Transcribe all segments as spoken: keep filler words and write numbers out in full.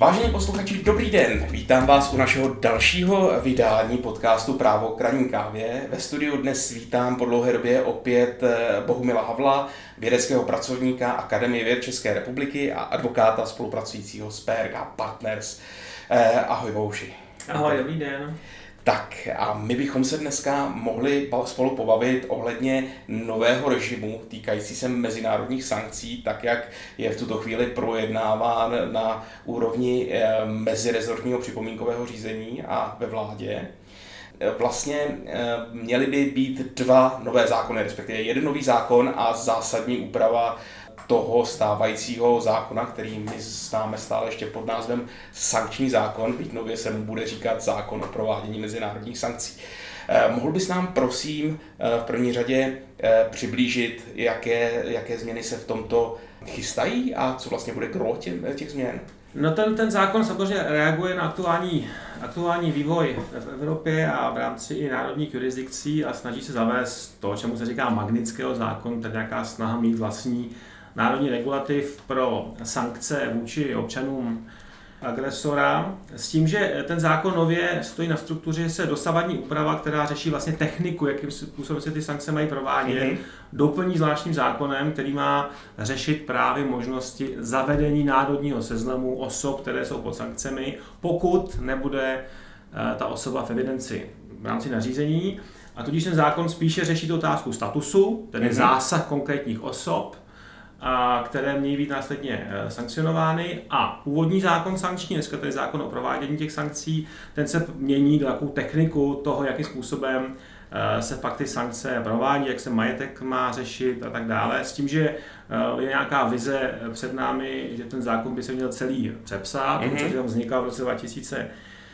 Vážení posluchači, dobrý den. Vítám vás u našeho dalšího vydání podcastu Právo k ranní kávě. Ve studiu dnes vítám po dlouhé době opět Bohumila Havla, vědeckého pracovníka Akademie věd České republiky a advokáta spolupracujícího s P R K Partners. Ahoj Bohuši. Ahoj, dobrý den. Tak a my bychom se dneska mohli spolu pobavit ohledně nového režimu týkající se mezinárodních sankcí, tak jak je v tuto chvíli projednáván na úrovni mezirezortního připomínkového řízení a ve vládě. Vlastně měly by být dva nové zákony, respektive jeden nový zákon a zásadní úprava toho stávajícího zákona, který my známe stále ještě pod názvem sankční zákon, byť nově se mu bude říkat zákon o provádění mezinárodních sankcí. Eh, mohl bys nám prosím eh, v první řadě eh, přiblížit, jaké, jaké změny se v tomto chystají a co vlastně bude gros těch změn? No ten, ten zákon samozřejmě reaguje na aktuální, aktuální vývoj v Evropě a v rámci i národních jurisdikcí a snaží se zavést to, čemu se říká Magnitského zákon, tedy nějaká snaha mít vlastní národní regulativ pro sankce vůči občanům agresora, s tím, že ten zákon nově stojí na struktuře, že se dosavadní úprava, která řeší vlastně techniku, jakým způsobem se ty sankce mají provádět, mm-hmm. doplní zvláštním zákonem, který má řešit právě možnosti zavedení národního seznamu osob, které jsou pod sankcemi, pokud nebude ta osoba v evidenci v rámci nařízení. A tudíž ten zákon spíše řeší tu otázku statusu, tedy mm-hmm. zásah konkrétních osob, a které mějí být následně sankcionovány. A původní zákon sankční, dneska tedy zákon o provádění těch sankcí, ten se mění do takovou techniku toho, jakým způsobem se pak ty sankce provádí, jak se majetek má řešit a tak dále. S tím, že je nějaká vize před námi, že ten zákon by se měl celý přepsat, mm-hmm. protože tam vznikal v roce dva tisíce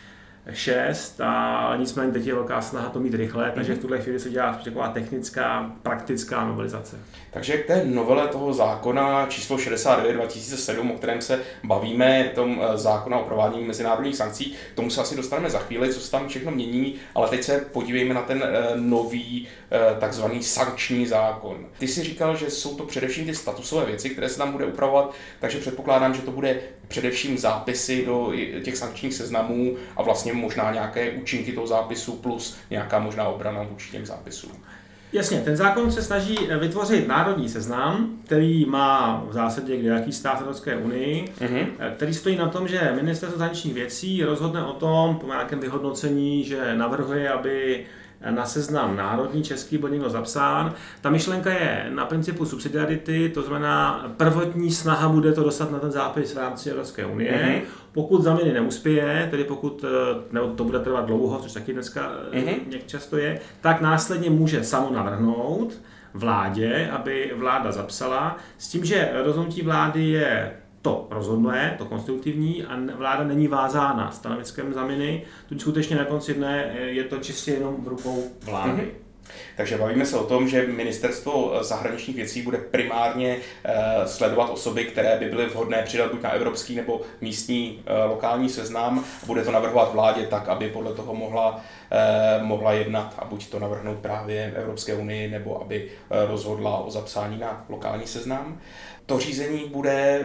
šest a nicméně teď je velká snaha to mít rychle, takže v tuhle chvíli se dělá taková technická, praktická novelizace. Takže k té novele toho zákona číslo šedesát devět dva tisíce sedm, o kterém se bavíme, tom zákona o provádění mezinárodních sankcí, k tomu se asi dostaneme za chvíli, co se tam všechno mění, ale teď se podívejme na ten nový takzvaný sankční zákon. Ty jsi říkal, že jsou to především ty statusové věci, které se tam bude upravovat, takže předpokládám, že to bude především zápisy do těch sankčních seznamů a vlastně možná nějaké účinky toho zápisu plus nějaká možná obrana vůči těm zápisům. Jasně, ten zákon se snaží vytvořit národní seznam, který má v zásadě kdejaký stát Evropské unii, mm-hmm. který stojí na tom, že Ministerstvo zahraničních věcí rozhodne o tom po nějakém vyhodnocení, že navrhuje, aby na seznam národní český byl někdo zapsán. Ta myšlenka je na principu subsidiarity, to znamená prvotní snaha bude to dostat na ten zápis v rámci Evropské unie. Mm-hmm. Pokud změny neuspěje, tedy pokud to bude trvat dlouho, což taky dneska mm-hmm. někdy často je, tak následně může samo navrhnout vládě, aby vláda zapsala, s tím, že rozhodnutí vlády je to rozhodné, to konstruktivní a vláda není vázána stanoviskem zaminy, tudíž skutečně na konci dne je to čistě jenom v rukou vlády. Mm-hmm. Takže bavíme se o tom, že Ministerstvo zahraničních věcí bude primárně uh, sledovat osoby, které by byly vhodné přidat buď na evropský nebo místní uh, lokální seznam. Bude to navrhovat vládě tak, aby podle toho mohla, uh, mohla jednat a buď to navrhnout právě Evropské unii, nebo aby uh, rozhodla o zapsání na lokální seznam. To řízení bude,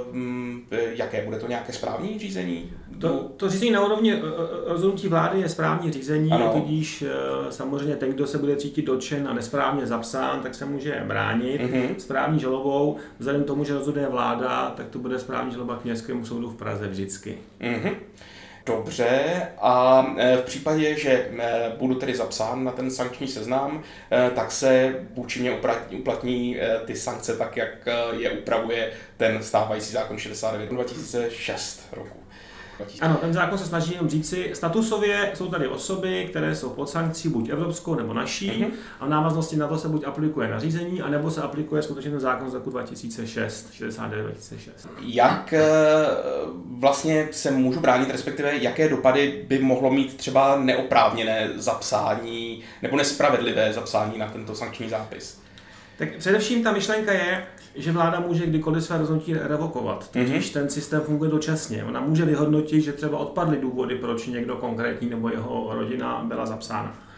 jaké? Bude to nějaké správní řízení? To, to řízení na úrovni rozhodnutí vlády je správní řízení, tudíž samozřejmě ten, kdo se bude cítit dotčen a nesprávně zapsán, tak se může bránit mm-hmm. správní žalobou. Vzhledem k tomu, že rozhoduje vláda, tak to bude správní žaloba k Městskému soudu v Praze vždycky. Mm-hmm. Dobře, a v případě, že budu tedy zapsán na ten sankční seznam, tak se vůči mě uplatní ty sankce tak, jak je upravuje ten stávající zákon šedesát devět dva tisíce šest roku. Ano, ten zákon se snaží jenom říci, statusově jsou tady osoby, které jsou pod sankcí, buď evropskou nebo naší, uh-huh. a v návaznosti na to se buď aplikuje nařízení, anebo se aplikuje skutečně ten zákon z roku dva tisíce šest, šedesát devět dva tisíce šest. Jak vlastně se můžu bránit, respektive jaké dopady by mohlo mít třeba neoprávněné zapsání nebo nespravedlivé zapsání na tento sankční zápis? Tak především ta myšlenka je, že vláda může kdykoliv své rozhodnutí revokovat, totiž mm-hmm. ten systém funguje dočasně. Ona může vyhodnotit, že třeba odpadly důvody, proč někdo konkrétní nebo jeho rodina byla zapsána.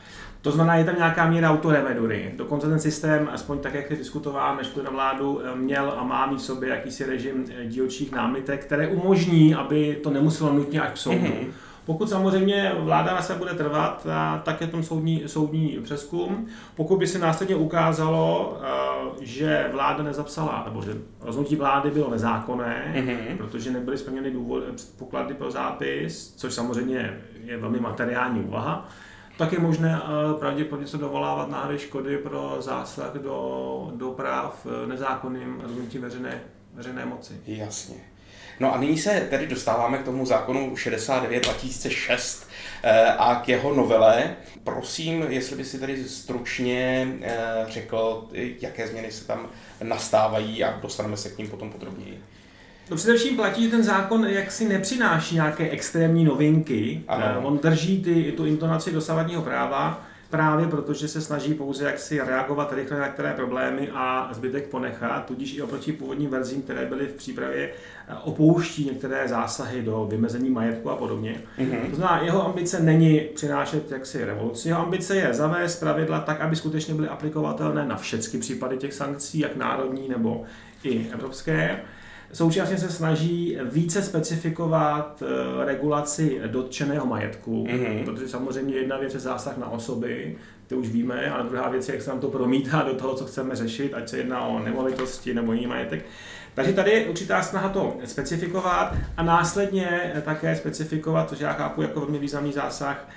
To znamená, je tam nějaká míra autorevedury. Dokonce ten systém, aspoň tak, jak je diskutován, než na vládu, měl a má mít v sobě jakýsi režim dílčích námitek, které umožní, aby to nemuselo nutně až k soudu. Mm-hmm. Pokud samozřejmě vláda na sebe bude trvat, tak je tom soudní, soudní přezkum. Pokud by se následně ukázalo, že vláda nezapsala, nebo že rozhodnutí vlády bylo nezákonné, mm-hmm. protože nebyly splněny důvody, předpoklady pro zápis, což samozřejmě je velmi materiální úvaha, tak je možné pravděpodobně se dovolávat náhrady škody pro zásah do, do práv nezákonným rozhodnutím veřejné, veřejné moci. Jasně. No a nyní se tedy dostáváme k tomu zákonu šedesát devět dva tisíce šest a k jeho novele. Prosím, jestli by si tedy stručně řekl, jaké změny se tam nastávají a dostaneme se k ním potom podrobněji. No především platí, že ten zákon jaksi nepřináší nějaké extrémní novinky. Ano. On drží ty, tu intonaci dosavadního práva, právě protože se snaží pouze jaksi reagovat rychle na některé problémy a zbytek ponechat, tudíž i oproti původním verzím, které byly v přípravě, opouští některé zásahy do vymezení majetku a podobně. Mm-hmm. To znamená, jeho ambice není přinášet jaksi revoluci, jeho ambice je zavést pravidla tak, aby skutečně byly aplikovatelné na všechny případy těch sankcí, jak národní nebo i evropské. Současně se snaží více specifikovat regulaci dotčeného majetku, mm-hmm. protože samozřejmě jedna věc je zásah na osoby, to už víme, ale druhá věc je, jak se nám to promítá do toho, co chceme řešit, ať se jedná o nemovitosti nebo jiný majetek. Takže tady je určitá snaha to specifikovat a následně také specifikovat, což já chápu jako velmi významný zásah,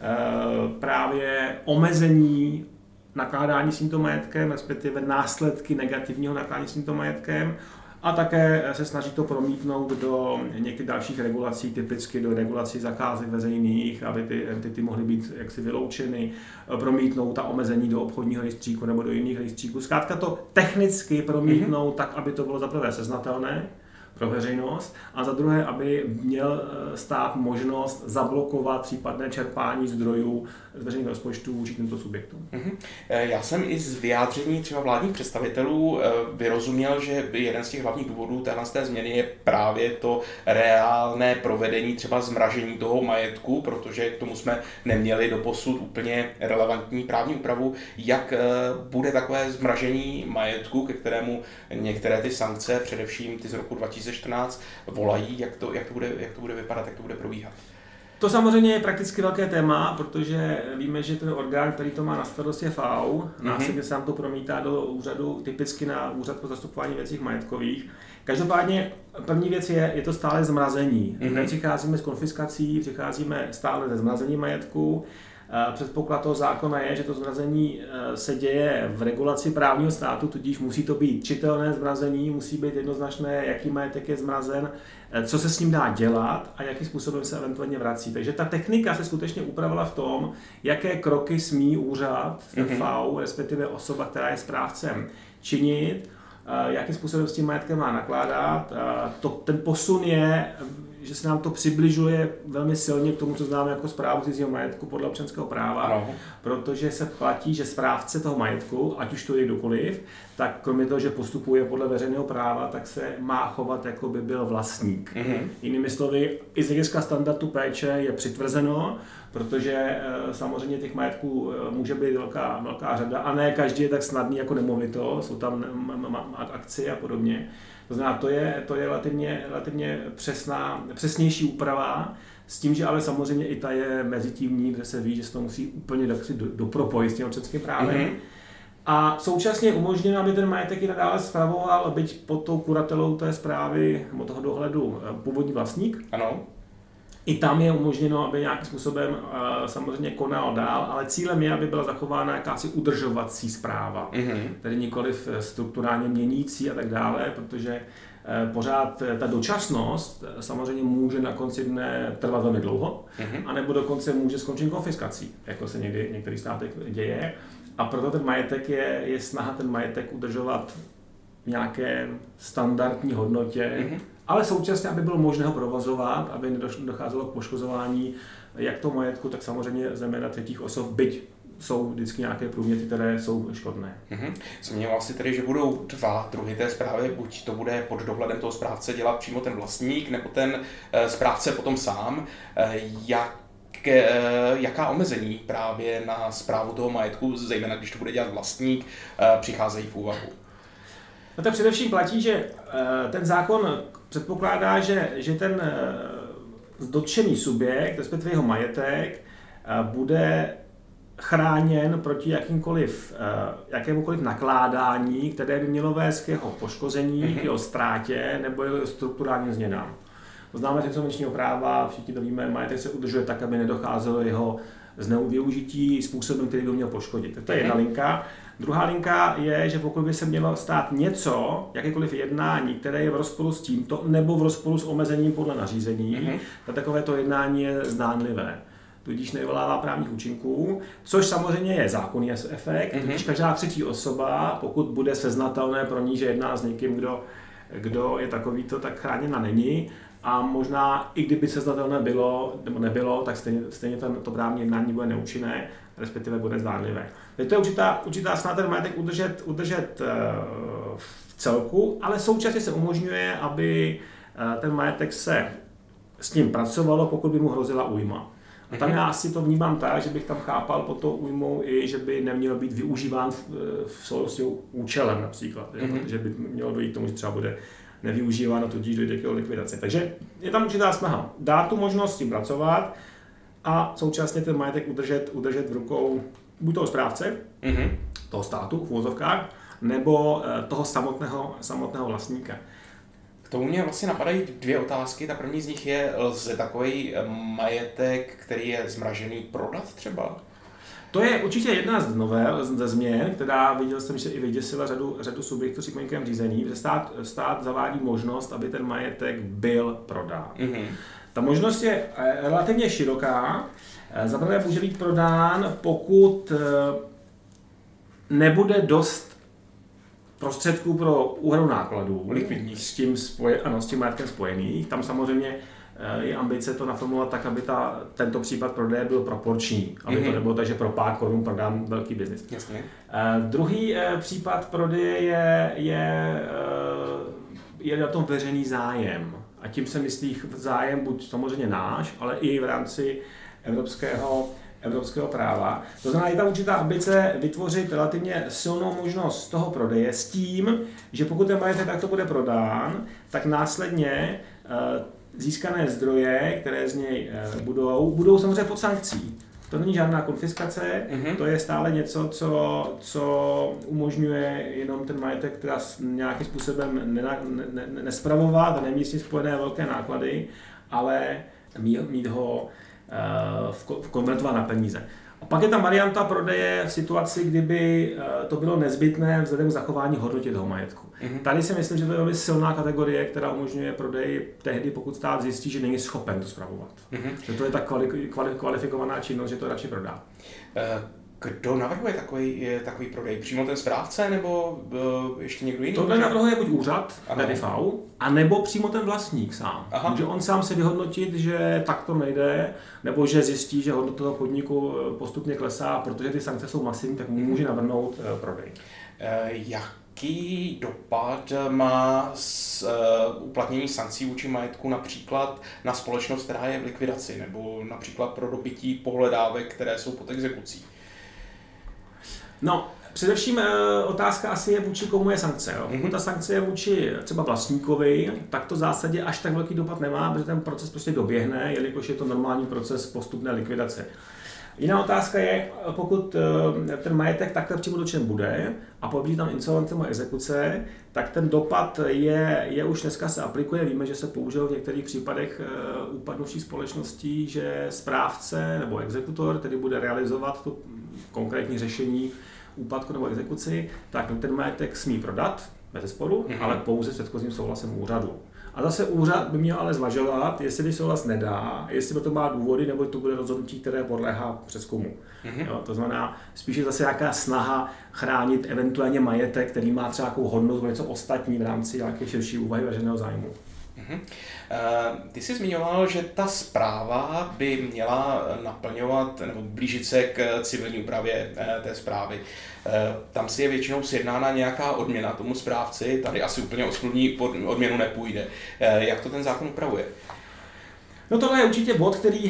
právě omezení nakládání s tímto majetkem, respektive následky negativního nakládání s tímto majetkem. A také se snaží to promítnout do některých dalších regulací, typicky do regulací zakázek veřejných, aby ty entity mohly být jaksi vyloučeny, promítnout ta omezení do obchodního rejstříku nebo do jiných rejstříků. Zkrátka to technicky promítnout mm-hmm. tak, aby to bylo za prvé seznatelné pro veřejnost a za druhé, aby měl stát možnost zablokovat případné čerpání zdrojů z veřejných rozpočtů vůči těmto subjektům. Mm-hmm. Já jsem i z vyjádření třeba vládních představitelů vyrozuměl, že jeden z těch hlavních důvodů téhle té změny je právě to reálné provedení třeba zmražení toho majetku, protože k tomu jsme neměli doposud úplně relevantní právní úpravu. Jak bude takové zmražení majetku, ke kterému některé ty sankce, především ty z roku dva tisíce čtrnáct, volají, jak to, jak to bude, jak to bude vypadat, jak to bude probíhat? To samozřejmě je prakticky velké téma, protože víme, že ten orgán, který to má na starost, je F A U. Mm-hmm. Následně se nám to promítá do úřadu, typicky na úřad pro zastupování věcí majetkových. Každopádně první věc je, je to stále zmrazení. Mm-hmm. Nepřicházíme s konfiskací, přicházíme stále ze zmrazení majetku. Předpoklad toho zákona je, že to zmrazení se děje v regulaci právního státu, tudíž musí to být čitelné zmrazení, musí být jednoznačné, jaký majetek je zmrazen, co se s ním dá dělat a jakým způsobem se eventuálně vrací. Takže ta technika se skutečně upravila v tom, jaké kroky smí úřad, mm-hmm. F A U, respektive osoba, která je správcem, činit, jakým způsobem s tím majetkem má nakládat. To, ten posun je, že se nám to přibližuje velmi silně k tomu, co známe jako správu cizího majetku podle občanského práva, ano. Protože se platí, že správce toho majetku, ať už to je kdokoliv, tak kromě toho, že postupuje podle veřejného práva, tak se má chovat, jako by byl vlastník. Mm-hmm. Jinými slovy, i z hlediska standardu péče je přitvrzeno, protože samozřejmě těch majetků může být velká, velká řada a ne každý je tak snadný jako nemovitost, jsou tam akcie a podobně. To znamená, to je, to je relativně, relativně přesná, přesnější úprava, s tím, že ale samozřejmě i ta je mezitímní, kde se ví, že se to musí úplně dopropojit s tím občanským právem. Mm-hmm. A současně je umožněno, aby ten majetek i nadále spravoval, byť pod tou kuratelou té správy nebo toho dohledu původní vlastník. Ano. I tam je umožněno, aby nějakým způsobem uh, samozřejmě konal dál, ale cílem je, aby byla zachována jakási udržovací správa, mm-hmm. tedy nikoliv strukturálně měnící a tak dále, protože uh, pořád ta dočasnost uh, samozřejmě může na konci dne trvat velmi dlouho, mm-hmm. anebo dokonce může skončit konfiskací, jako se někdy v některých státech děje. A proto ten majetek je, je snaha ten majetek udržovat v nějaké standardní hodnotě, mm-hmm. ale současně, aby bylo možné ho provozovat, aby nedocházelo k poškozování jak toho majetku, tak samozřejmě zejména třetích osob, byť jsou vždycky nějaké průměry, které jsou škodné. Mm-hmm. Zmiňoval si tedy, že budou dva druhy té správy, buď to bude pod dohledem toho správce dělat přímo ten vlastník, nebo ten e, správce potom sám. E, jak ke, jaká omezení právě na správu toho majetku, zejména když to bude dělat vlastník, přicházejí v úvahu? No to především platí, že ten zákon předpokládá, že, že ten dotčený subjekt, respektive jeho majetek, bude chráněn proti jakýmkoliv, jakémukoliv nakládání, které by mělo vést k jeho poškození, mm-hmm. k jeho ztrátě nebo jeho strukturálním změnám. To známe z insolvenčního práva, všichni to víme, majetek se udržuje tak, aby nedocházelo jeho zneužití způsobem, který by měl poškodit. To je jedna linka. Druhá linka je, že pokud by se mělo stát něco, jakékoliv jednání, které je v rozporu s tímto, nebo v rozporu s omezením podle nařízení, mm-hmm. tak takovéto jednání je zdánlivé. Tudíž nevyvolává právních účinků, což samozřejmě je zákonný efekt, mm-hmm. tudíž každá třetí osoba, pokud bude seznatelné pro ní, že jedná s někým, kdo, kdo je takovýto, tak chráněna není. A možná i kdyby seznatelné bylo nebo nebylo, tak stejně, stejně ten, to právní jednání bude neúčinné, respektive bude zdánlivé. Teď to je určitá, určitá snaha ten majetek udržet, udržet uh, v celku, ale současně se umožňuje, aby uh, ten majetek se s tím pracovalo, pokud by mu hrozila újma. A tam já asi to vnímám tak, že bych tam chápal pod tou újmou i, že by neměl být využíván v, v souvislosti účelem například, mm-hmm. že by mělo dojít k tomu, že třeba bude nevyužíváno, tudíž dojde k jeho likvidaci. Takže je tam určitá snaha dát tu možnost s tím pracovat a současně ten majetek udržet, udržet v rukou buď toho správce, mm-hmm. toho státu v uvozovkách, nebo toho samotného, samotného vlastníka. K tomu mě vlastně napadají dvě otázky. Ta první z nich je, lze takový majetek, který je zmražený, prodat třeba? To je určitě jedna z novel, ze změn, která viděl jsem, že i vyděsila řadu, řadu subjektů s připomínkovém řízení, že stát, stát zavádí možnost, aby ten majetek byl prodán. Mm-hmm. Ta možnost je relativně široká. Za prvé může být prodán, pokud nebude dost prostředků pro úhradu nákladů likvidních s tím, spoje, ano, s tím majetkem spojených. Tam samozřejmě je ambice to naformulovat tak, aby ta, tento případ prodeje byl proporční, aby mm-hmm. to nebylo tak, že pro pár korun prodám velký biznis. Jasně. Uh, druhý uh, případ prodeje je, je, uh, je na tom veřejný zájem. A tím se myslí zájem buď samozřejmě náš, ale i v rámci evropského, evropského práva. To znamená, je tam určitá ambice vytvořit relativně silnou možnost toho prodeje s tím, že pokud ten majetek takto bude prodán, tak následně uh, získané zdroje, které z něj budou, budou samozřejmě pod sankcí. To není žádná konfiskace, mm-hmm. to je stále něco, co, co umožňuje jenom ten majetek teda nějakým způsobem nena, ne, ne, nespravovat a nemít s tím spojené velké náklady, ale mít, mít ho uh, konvertovat na peníze. A pak je tam varianta prodeje v situaci, kdyby to bylo nezbytné vzhledem k zachování hodnoty toho majetku. Mm-hmm. Tady si myslím, že to je velmi silná kategorie, která umožňuje prodej tehdy, pokud stát zjistí, že není schopen to spravovat. Mm-hmm. Že to je tak kvali, kvali, kvalifikovaná činnost, že to radši prodá. Kdo navrhuje takový, takový prodej? Přímo ten správce nebo uh, ještě někdo jiný? Tohle navrhuje buď úřad, P D V, anebo přímo ten vlastník sám. Aha. Může on sám se vyhodnotit, že tak to nejde, nebo že zjistí, že hodnota toho podniku postupně klesá, protože ty sankce jsou masivní, tak může navrhnout uh, prodej. Uh, jaký dopad má z, uh, uplatnění sankcí vůči majetku například na společnost, která je v likvidaci, nebo například pro dobytí pohledávek, které jsou pod exekucí? No, především e, otázka asi je, vůči komu je sankce. Jo? Pokud ta sankce je vůči třeba vlastníkovi, tak to v zásadě až tak velký dopad nemá, protože ten proces prostě doběhne, jelikož je to normální proces postupné likvidace. Jiná otázka je, pokud e, ten majetek takhle přímo dotčen bude a pobíjí tam insolvence a exekuce, tak ten dopad je, je už dneska se aplikuje. Víme, že se použil v některých případech e, úpadnoucích společností, že správce nebo exekutor, který bude realizovat tu konkrétní řešení úpadku nebo exekuci, tak ten majetek smí prodat, bez sporu, mm-hmm. ale pouze s předchozím souhlasem úřadu. A zase úřad by měl ale zvažovat, jestli souhlas nedá, jestli to má důvody, nebo to bude rozhodnutí, které podléhá přezkumu. Mm-hmm. Jo, to znamená spíše zase nějaká snaha chránit eventuálně majetek, který má třeba nějakou hodnotu nebo něco ostatní v rámci nějaké širší úvahy veřejného zájmu. Mm-hmm. Ty jsi zmiňoval, že ta správa by měla naplňovat nebo blížit se k civilní úpravě té správy. Tam si je většinou sjednána nějaká odměna tomu správci, tady asi úplně o smluvní odměnu nepůjde. Jak to ten zákon upravuje? No tohle je určitě bod, který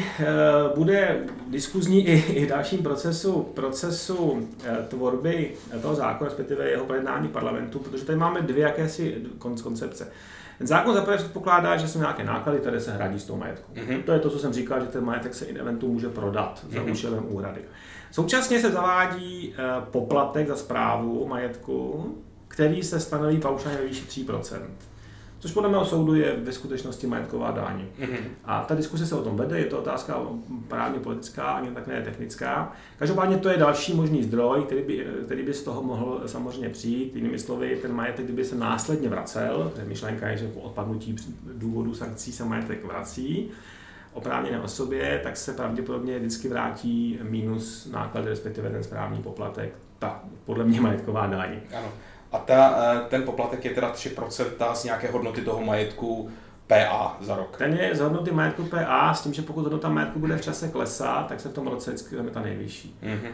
bude diskuzní i, i v dalším procesu, procesu tvorby toho zákona, respektive jeho projednání parlamentu, protože tady máme dvě jakési koncepce. Ten zákon zaprvé předpokládá, že jsou nějaké náklady, které se hradí z toho majetku. Mm-hmm. To je to, co jsem říkal, že ten majetek se in eventu může prodat za mm-hmm. účelem úhrady. Současně se zavádí poplatek za správu majetku, který se stanoví paušálně ve výši tří procent. Což podle mého soudu je ve skutečnosti majetková daň. Mm-hmm. A ta diskuse se o tom vede, je to otázka právně politická, ani tak ne technická. Každopádně to je další možný zdroj, který by, který by z toho mohl samozřejmě přijít. Jinými slovy, ten majetek, kdyby se následně vracel, protože myšlenka je, že po odpadnutí důvodu sankcí se majetek vrací oprávněné osobě, tak se pravděpodobně vždycky vrátí minus náklady, respektive ten správní poplatek. Ta podle mě majetková daň. Ano. A ta, ten poplatek je teda tři procenta z nějaké hodnoty toho majetku P A za rok. Ten je z hodnoty majetku P A s tím, že pokud hodnota majetku bude v čase klesat, tak se v tom roce vždycky ta nejvyšší. Mm-hmm.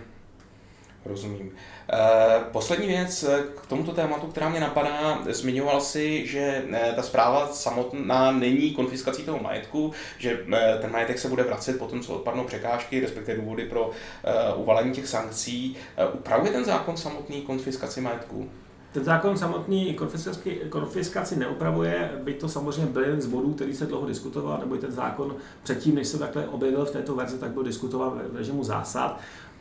Rozumím. E, poslední věc k tomuto tématu, která mě napadá, zmiňoval si, že ta správa samotná není konfiskací toho majetku, že ten majetek se bude vracet potom, co odpadnou překážky, respektive důvody pro uh, uvalení těch sankcí. Uh, upravuje ten zákon samotný konfiskaci majetku? Ten zákon samotný konfiskaci, konfiskaci neupravuje, by to samozřejmě byl jeden z bodů, který se dlouho diskutoval, nebo i ten zákon předtím, než se takhle objevil v této verzi, tak byl diskutován v režimu zásad.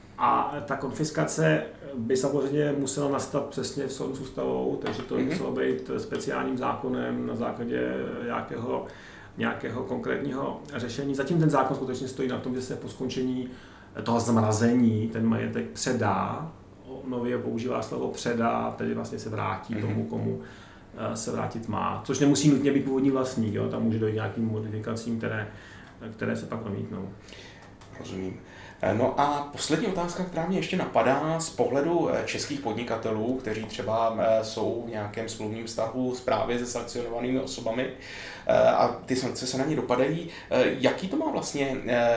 A ta konfiskace by samozřejmě musela nastat přesně v souladu s ústavou, takže to mm-hmm. muselo být speciálním zákonem na základě nějakého, nějakého konkrétního řešení. Zatím ten zákon skutečně stojí na tom, že se po skončení toho zmrazení ten majetek předá, nově používá slovo předá, tedy vlastně se vrátí mm-hmm. tomu, komu se vrátit má. Což nemusí nutně být původní vlastník, jo? Tam může dojít nějakým modifikacím, které, které se pak odmítnou. Rozumím. No a poslední otázka, která mě ještě napadá z pohledu českých podnikatelů, kteří třeba jsou v nějakém smluvním vztahu s právě se sankcionovanými osobami a ty sankce se na ně dopadají. Jaký to má vlastně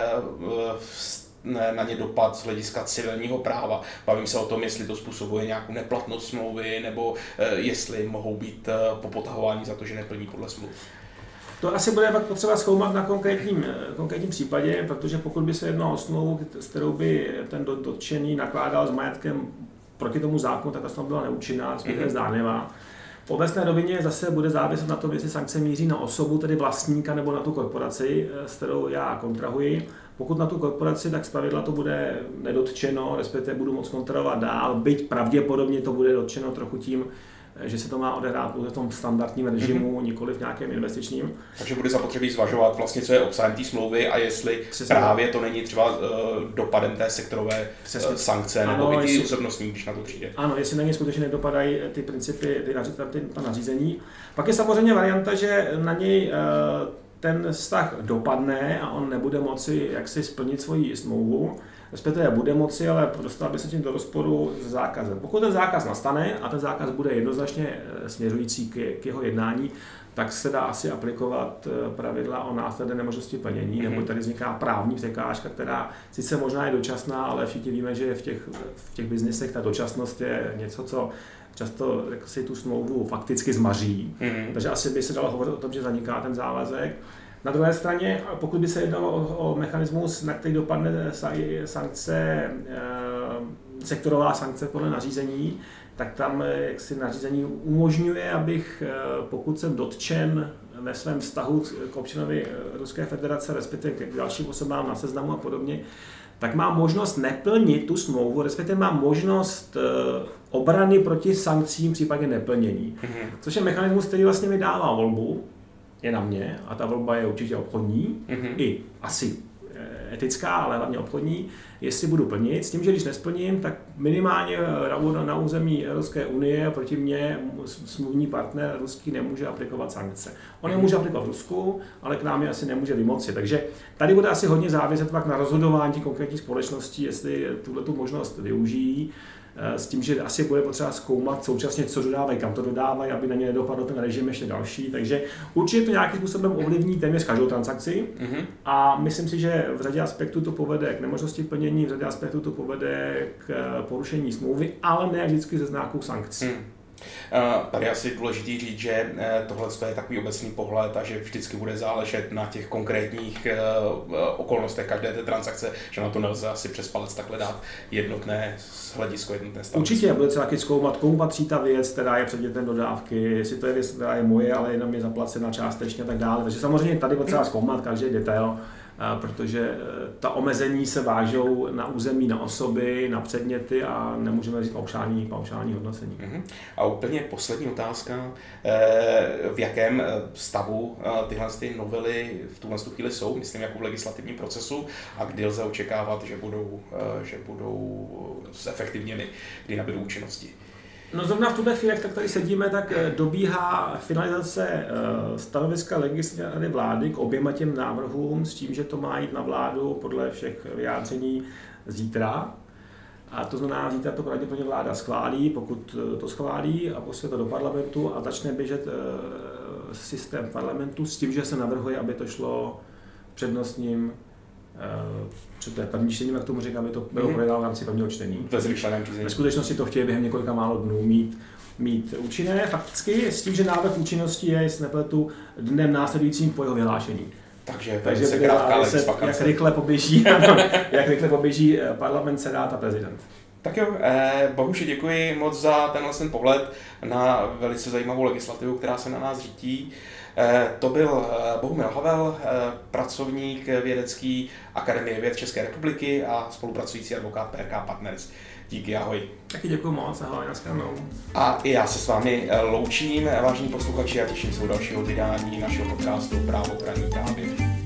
na ně dopad z hlediska civilního práva? Bavím se o tom, jestli to způsobuje nějakou neplatnost smlouvy, nebo jestli mohou být popotahováni za to, že neplní podle smluv. To asi bude pak potřeba zkoumat na konkrétním, konkrétním případě, protože pokud by se jednalo o smlouvu, s kterou by ten dotčený nakládal s majetkem proti tomu zákonu, tak ta smlouva byla neúčinná, respektive zdánlivá. V obecné rovině zase bude záviset na tom, jestli sankce míří na osobu, tedy vlastníka, nebo na tu korporaci, s kterou já kontrahuji. Pokud na tu korporaci, tak zpravidla to bude nedotčeno, respektive budu moct kontrahovat dál, byť pravděpodobně to bude dotčeno trochu tím, že se to má odehrát pouze v tom standardním režimu, mm-hmm. nikoli v nějakém investičním. Takže bude zapotřebí zvažovat vlastně, co je obsahem té smlouvy a jestli Přesně. právě to není třeba uh, dopadem té sektorové uh, sankce ano, nebo i osobnostní, když na to přijde. Ano, jestli na ně skutečně nedopadají ty principy, ty, ty, ty nařízení. Pak je samozřejmě varianta, že na něj uh, ten vztah dopadne a on nebude moci jaksi splnit svoji smlouvu, respektive bude moci, ale dostal by se tím do rozporu s zákazem. Pokud ten zákaz nastane a ten zákaz bude jednoznačně směřující k, k jeho jednání, tak se dá asi aplikovat pravidla o následné nemožnosti plnění, mm-hmm. nebo tady vzniká právní překážka, která sice možná je dočasná, ale všichni víme, že v těch, v těch biznisech ta dočasnost je něco, co často jako si tu smlouvu fakticky zmaří. Mm-hmm. Takže asi by se dalo hovořit o tom, že zaniká ten závazek. Na druhé straně, pokud by se jednalo o, o mechanismus, na který dopadne sankce, sektorová sankce podle nařízení, tak tam jaksi nařízení umožňuje, abych, pokud jsem dotčen ve svém vztahu k občanovi Ruské federace, respektive k dalším osobám na seznamu a podobně, tak mám možnost neplnit tu smlouvu, respektive mám možnost obrany proti sankcím v případě neplnění. Mm-hmm. Což je mechanismus, který vlastně mi dává volbu, je na mě, a ta volba je určitě obchodní, mm-hmm. i asi etická, ale hlavně obchodní, jestli budu plnit, s tím, že když nesplním, tak minimálně na území Evropské unie proti mně smluvní partner ruský nemůže aplikovat sankce. On je může aplikovat v Rusku, ale k nám je asi nemůže vymoci. Takže tady bude asi hodně záviset pak na rozhodování konkrétních společností, jestli tuhletu možnost využijí, s tím, že asi bude potřeba zkoumat současně, co dodávají, kam to dodávají, aby na ně nedopadl ten režim ještě další. Takže určitě to nějakým způsobem ovlivní téměř každou transakci mm-hmm. a myslím si, že v řadě aspektů to povede k nemožnosti plnění, v řadě aspektů to povede k porušení smlouvy, ale ne vždycky ze znaku sankcí. Mm. Tady asi důležitý říct, že tohle je takový obecný pohled a že vždycky bude záležet na těch konkrétních okolnostech každé té transakce, že na to nelze asi přes palec takhle dát jednotné hledisko, jednotné stanovisko. Určitě, bude třeba taky zkoumat, komu patří ta věc, která je předmětem dodávky, jestli to je věc, která je moje, ale jenom je zaplacena částečně a tak dále. Takže samozřejmě tady bude třeba zkoumat každý detail, protože ta omezení se vážou na území, na osoby, na předměty a nemůžeme říct paušální, paušální hodnocení. A úplně poslední otázka, v jakém stavu tyhle ty novely v tuhle chvíli jsou, myslím jako v legislativním procesu, a kdy lze očekávat, že budou, že budou zefektivněny, kdy nabydou účinnosti? No zrovna v tuhle chvíli, jak tady sedíme, tak dobíhá finalizace stanoviska legislativní vlády k oběma těm návrhům s tím, že to má jít na vládu podle všech vyjádření zítra. A to znamená, zítra to pravděpodobně vláda schválí, pokud to schválí, a pošle to do parlamentu a začne běžet systém parlamentu s tím, že se navrhuje, aby to šlo přednostním, co to je první čtení, jak tomu říkám, aby to bylo mm-hmm. projednáno v rámci prvního čtení. Ve zrychleném řízení. Ve skutečnosti to chtějí během několika málo dnů mít, mít účinné fakticky, s tím, že návrh účinnosti je, jestli nepletu, dnem následujícím po jeho vyhlášení. Takže velice krátká legisvakance. Jak rychle poběží, jak rychle poběží parlament, senát a prezident. Tak jo, eh, Bohuši, děkuji moc za tenhle ten pohled na velice zajímavou legislativu, která se na nás řítí. Eh, to byl Bohumil Havel, eh, pracovník vědecký Akademie věd České republiky a spolupracující advokát P R K Partners. Díky, ahoj. Taky děkuji moc, ahoj, nashledanou. A i já se s vámi loučím, vážení posluchači, a těším se u dalšího vydání našeho podcastu Právo, praní, právě.